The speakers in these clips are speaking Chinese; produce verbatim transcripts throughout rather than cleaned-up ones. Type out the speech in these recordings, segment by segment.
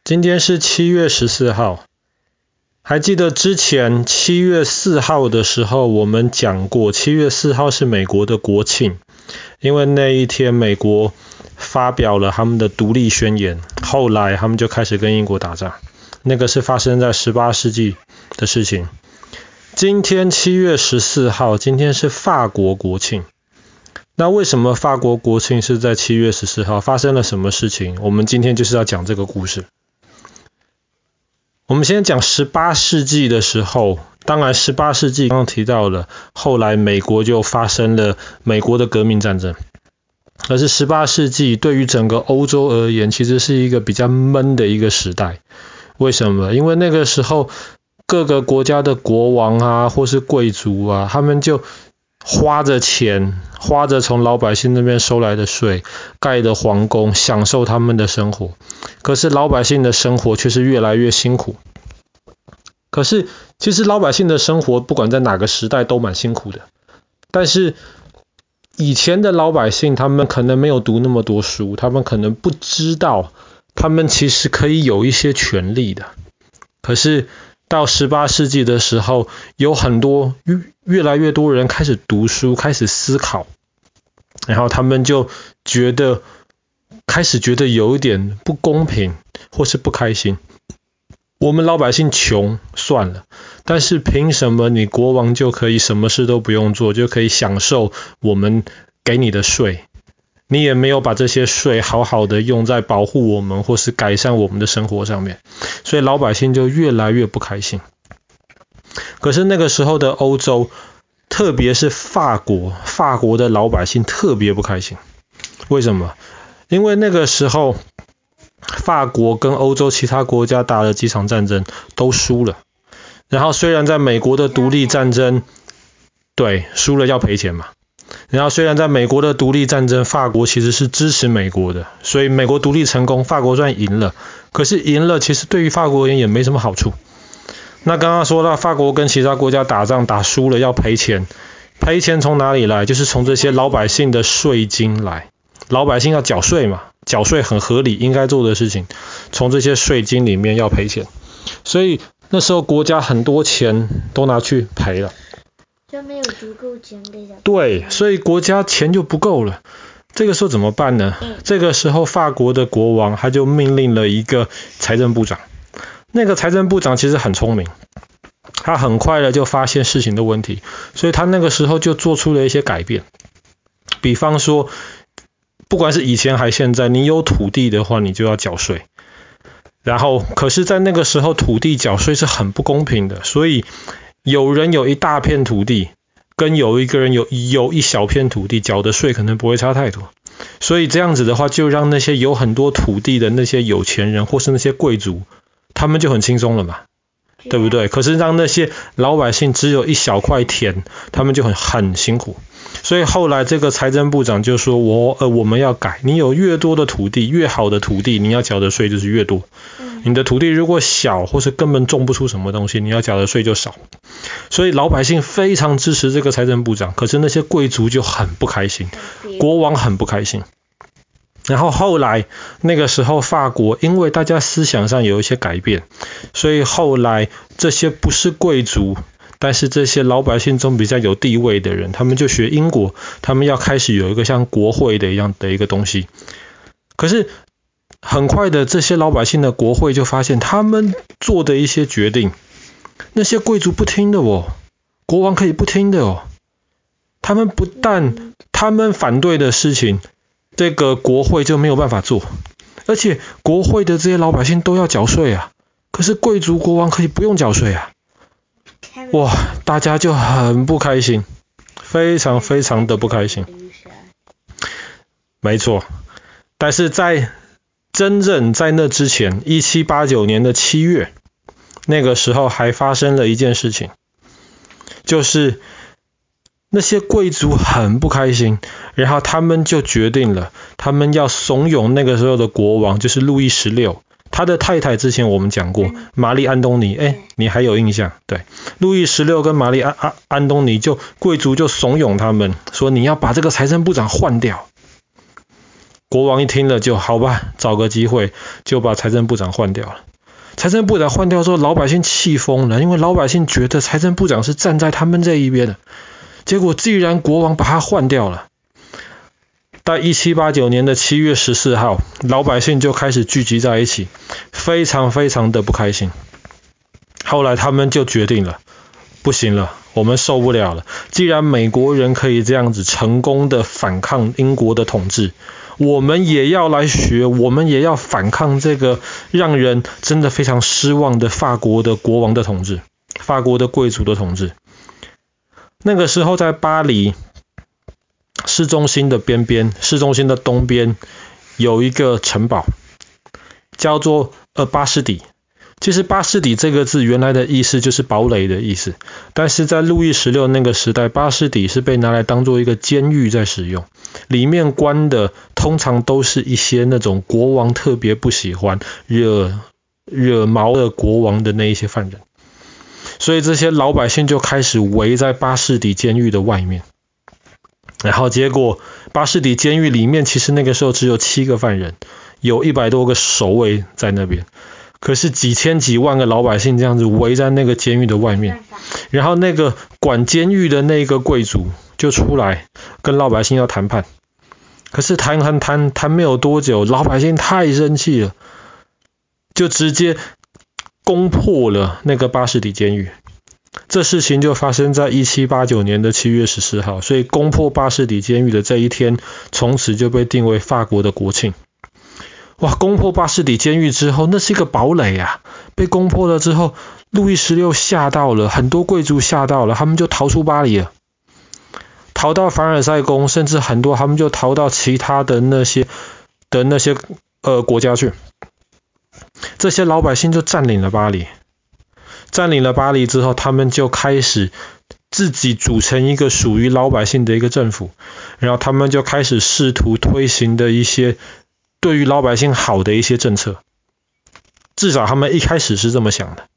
今天是七月十四号，还记得之前七月四号的时候我们讲过，七月四号是美国的国庆，因为那一天美国发表了他们的独立宣言，后来他们就开始跟英国打仗，那个是发生在十八世纪的事情。今天七月十四号，今天是法国国庆。那为什么法国国庆是在七月十四号？发生了什么事情？我们今天就是要讲这个故事。我们先讲十八世纪的时候，当然十八世纪刚刚提到了，后来美国就发生了美国的革命战争。可是十八世纪对于整个欧洲而言，其实是一个比较闷的一个时代。为什么？因为那个时候各个国家的国王啊，或是贵族啊，他们就花着钱，花着从老百姓那边收来的税，盖的皇宫，享受他们的生活。可是老百姓的生活却是越来越辛苦。可是其实老百姓的生活不管在哪个时代都蛮辛苦的。但是以前的老百姓他们可能没有读那么多书，他们可能不知道他们其实可以有一些权利的。可是到十八世纪的时候，有很多越越来越多人开始读书，开始思考，然后他们就觉得开始觉得有一点不公平或是不开心。我们老百姓穷算了，但是凭什么你国王就可以什么事都不用做，就可以享受我们给你的税？你也没有把这些税好好的用在保护我们或是改善我们的生活上面，所以老百姓就越来越不开心。可是那个时候的欧洲，特别是法国，法国的老百姓特别不开心。为什么？因为那个时候法国跟欧洲其他国家打了几场战争都输了，然后虽然在美国的独立战争，对，输了要赔钱嘛。然后虽然在美国的独立战争，法国其实是支持美国的，所以美国独立成功，法国虽然赢了，可是赢了其实对于法国人也没什么好处。那刚刚说到法国跟其他国家打仗打输了要赔钱，赔钱从哪里来？就是从这些老百姓的税金来，老百姓要缴税嘛，缴税很合理，应该做的事情，从这些税金里面要赔钱，所以那时候国家很多钱都拿去赔了。 就没有足够钱给小。 对，所以国家钱就不够了。这个时候怎么办呢？嗯、这个时候法国的国王他就命令了一个财政部长。那个财政部长其实很聪明，他很快的就发现事情的问题，所以他那个时候就做出了一些改变。比方说，不管是以前还现在，你有土地的话，你就要缴税。然后，可是在那个时候，土地缴税是很不公平的，所以有人有一大片土地，跟有一个人有有一小片土地，缴的税可能不会差太多。所以这样子的话，就让那些有很多土地的那些有钱人或是那些贵族，他们就很轻松了嘛，对不对？可是让那些老百姓只有一小块田，他们就很很辛苦。所以后来这个财政部长就说，我呃我们要改，你有越多的土地，越好的土地，你要缴的税就是越多。你的土地如果小或是根本种不出什么东西，你要缴的税就少。所以老百姓非常支持这个财政部长，可是那些贵族就很不开心，国王很不开心。然后后来那个时候法国因为大家思想上有一些改变，所以后来这些不是贵族，但是这些老百姓中比较有地位的人，他们就学英国，他们要开始有一个像国会的一样的一个东西。可是很快的这些老百姓的国会就发现，他们做的一些决定，那些贵族不听的哦，国王可以不听的哦。他们不但他们反对的事情，这个国会就没有办法做，而且国会的这些老百姓都要缴税啊，可是贵族国王可以不用缴税啊。哇，大家就很不开心，非常非常的不开心。没错，但是在真正在那之前，一七八九年的七月，那个时候还发生了一件事情，就是那些贵族很不开心，然后他们就决定了，他们要怂恿那个时候的国王，就是路易十六，他的太太之前我们讲过，玛丽安东尼，哎，你还有印象？对，路易十六跟玛丽安安安东尼就贵族就怂恿他们说，你要把这个财政部长换掉。 国王一听了就好吧，找个机会就把财政部长换掉了。财政部长换掉之后，老百姓气疯了，因为老百姓觉得财政部长是站在他们这一边的，结果既然国王把他换掉了，在一七八九年的七月十四号，老百姓就开始聚集在一起，非常非常的不开心。后来他们就决定了，不行了，我们受不了了。既然美国人可以这样子成功的反抗英国的统治，我们也要来学，我们也要反抗这个让人真的非常失望的法国的国王的统治，法国的贵族的统治。那个时候在巴黎市中心的边边，市中心的东边有一个城堡，叫做呃巴士底。其实巴士底这个字原来的意思就是堡垒的意思，但是在路易十六那个时代，巴士底是被拿来当做一个监狱在使用，里面关的通常都是一些那种国王特别不喜欢、惹惹毛的国王的那一些犯人，所以这些老百姓就开始围在巴士底监狱的外面。然后结果巴士底监狱里面其实那个时候只有七个犯人，有一百多个守卫在那边，可是几千几万个老百姓这样子围在那个监狱的外面，然后那个管监狱的那个贵族就出来跟老百姓要谈判，可是谈谈谈谈没有多久，老百姓太生气了，就直接攻破了那个巴士底监狱。这事情就发生在一七八九年的七月十四号，所以攻破巴士底监狱的这一天，从此就被定为法国的国庆。哇，攻破巴士底监狱之后，那是一个堡垒啊！被攻破了之后，路易十六吓到了，很多贵族吓到了，他们就逃出巴黎了，逃到凡尔赛宫，甚至很多他们就逃到其他的那些的那些呃国家去。这些老百姓就占领了巴黎，占领了巴黎之后，他们就开始自己组成一个属于老百姓的一个政府，然后他们就开始试图推行的一些对于老百姓好的一些政策，至少他们一开始是这么想的。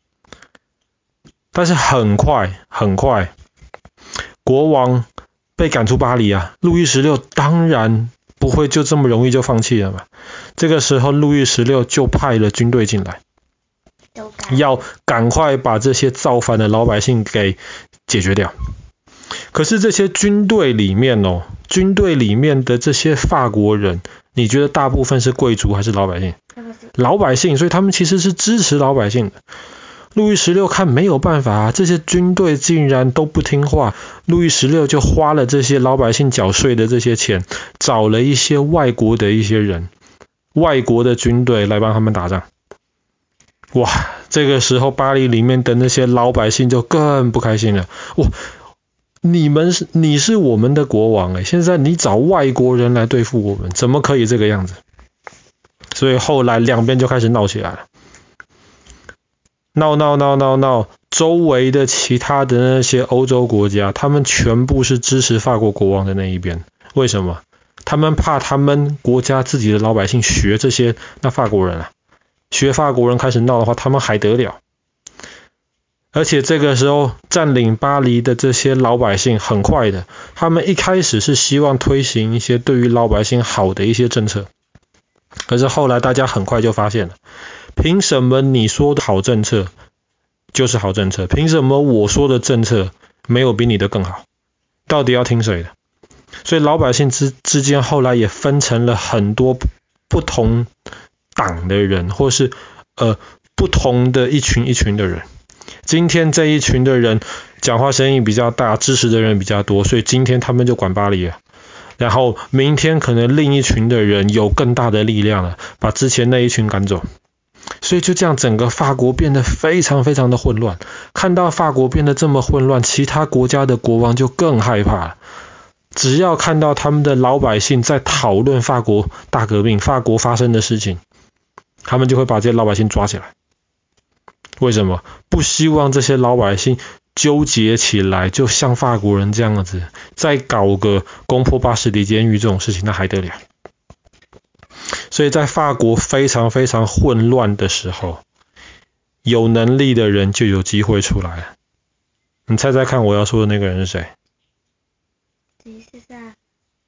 但是很快很快，国王被赶出巴黎啊，路易十六当然不会就这么容易就放弃了嘛。这个时候路易十六就派了军队进来，要赶快把这些造反的老百姓给解决掉。可是这些军队里面哦，军队里面的这些法国人，你觉得大部分是贵族还是老百姓？老百姓，所以他们其实是支持老百姓的。路易十六看没有办法啊，这些军队竟然都不听话，路易十六就花了这些老百姓缴税的这些钱，找了一些外国的一些人，外国的军队来帮他们打仗。哇，这个时候巴黎里面的那些老百姓就更不开心了。哇，你们是你是我们的国王诶，现在你找外国人来对付我们，怎么可以这个样子？所以后来两边就开始闹起来了。闹闹闹闹闹，周围的其他的那些欧洲国家，他们全部是支持法国国王的那一边。为什么？他们怕他们国家自己的老百姓学这些那法国人啊，学法国人开始闹的话，他们还得了？而且这个时候占领巴黎的这些老百姓，很快的，他们一开始是希望推行一些对于老百姓好的一些政策，可是后来大家很快就发现了，凭什么你说的好政策就是好政策？凭什么我说的政策没有比你的更好？到底要听谁的？所以老百姓之之间后来也分成了很多不同党的人，或是呃不同的一群一群的人。今天这一群的人讲话声音比较大，支持的人比较多，所以今天他们就管巴黎了。然后明天可能另一群的人有更大的力量了，把之前那一群赶走。所以就这样整个法国变得非常非常的混乱。看到法国变得这么混乱，其他国家的国王就更害怕了。只要看到他们的老百姓在讨论法国大革命，法国发生的事情，他们就会把这些老百姓抓起来。为什么？不希望这些老百姓纠结起来，就像法国人这样子，再搞个攻破巴士底监狱这种事情，那还得了？所以在法国非常非常混乱的时候，有能力的人就有机会出来了。你猜猜看我要说的那个人是谁？ 谁是在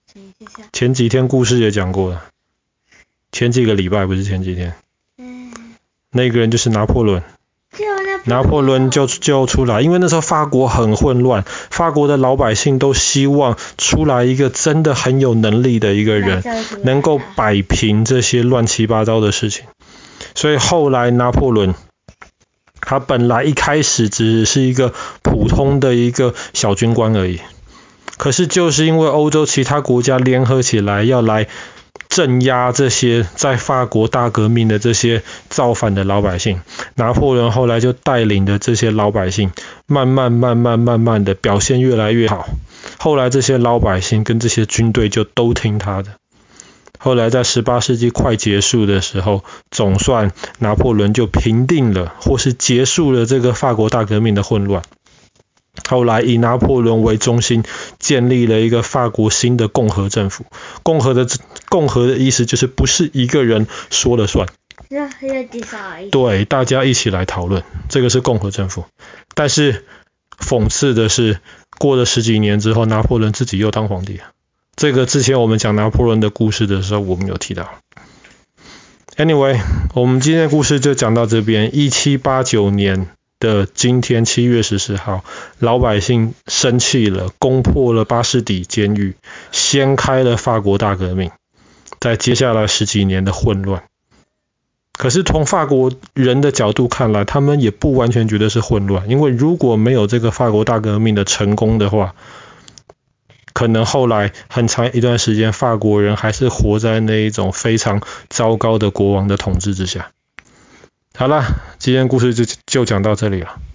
前几天故事也讲过了，前几个礼拜不是前几天。 嗯。 那个人就是拿破仑。拿破仑就就出来，因为那时候法国很混乱，法国的老百姓都希望出来一个真的很有能力的一个人，能够摆平这些乱七八糟的事情。所以后来拿破仑，他本来一开始只是一个普通的一个小军官而已，可是就是因为欧洲其他国家联合起来要来镇压这些在法国大革命的这些造反的老百姓，拿破仑后来就带领的这些老百姓慢慢慢慢慢慢的表现越来越好，后来这些老百姓跟这些军队就都听他的。后来在十八世纪快结束的时候，总算拿破仑就平定了或是结束了这个法国大革命的混乱。后来以拿破仑为中心建立了一个法国新的共和政府。共和的共和的意思就是不是一个人说了算，对，大家一起来讨论，这个是共和政府。但是讽刺的是，过了十几年之后，拿破仑自己又当皇帝了。这个之前我们讲拿破仑的故事的时候，我们有提到。Anyway， 我们今天的故事就讲到这边。一七八九年的今天七月十四号，老百姓生气了，攻破了巴士底监狱，掀开了法国大革命，在接下来十几年的混乱。可是从法国人的角度看来，他们也不完全觉得是混乱，因为如果没有这个法国大革命的成功的话，可能后来很长一段时间法国人还是活在那一种非常糟糕的国王的统治之下。好了，今天故事就就讲到这里了。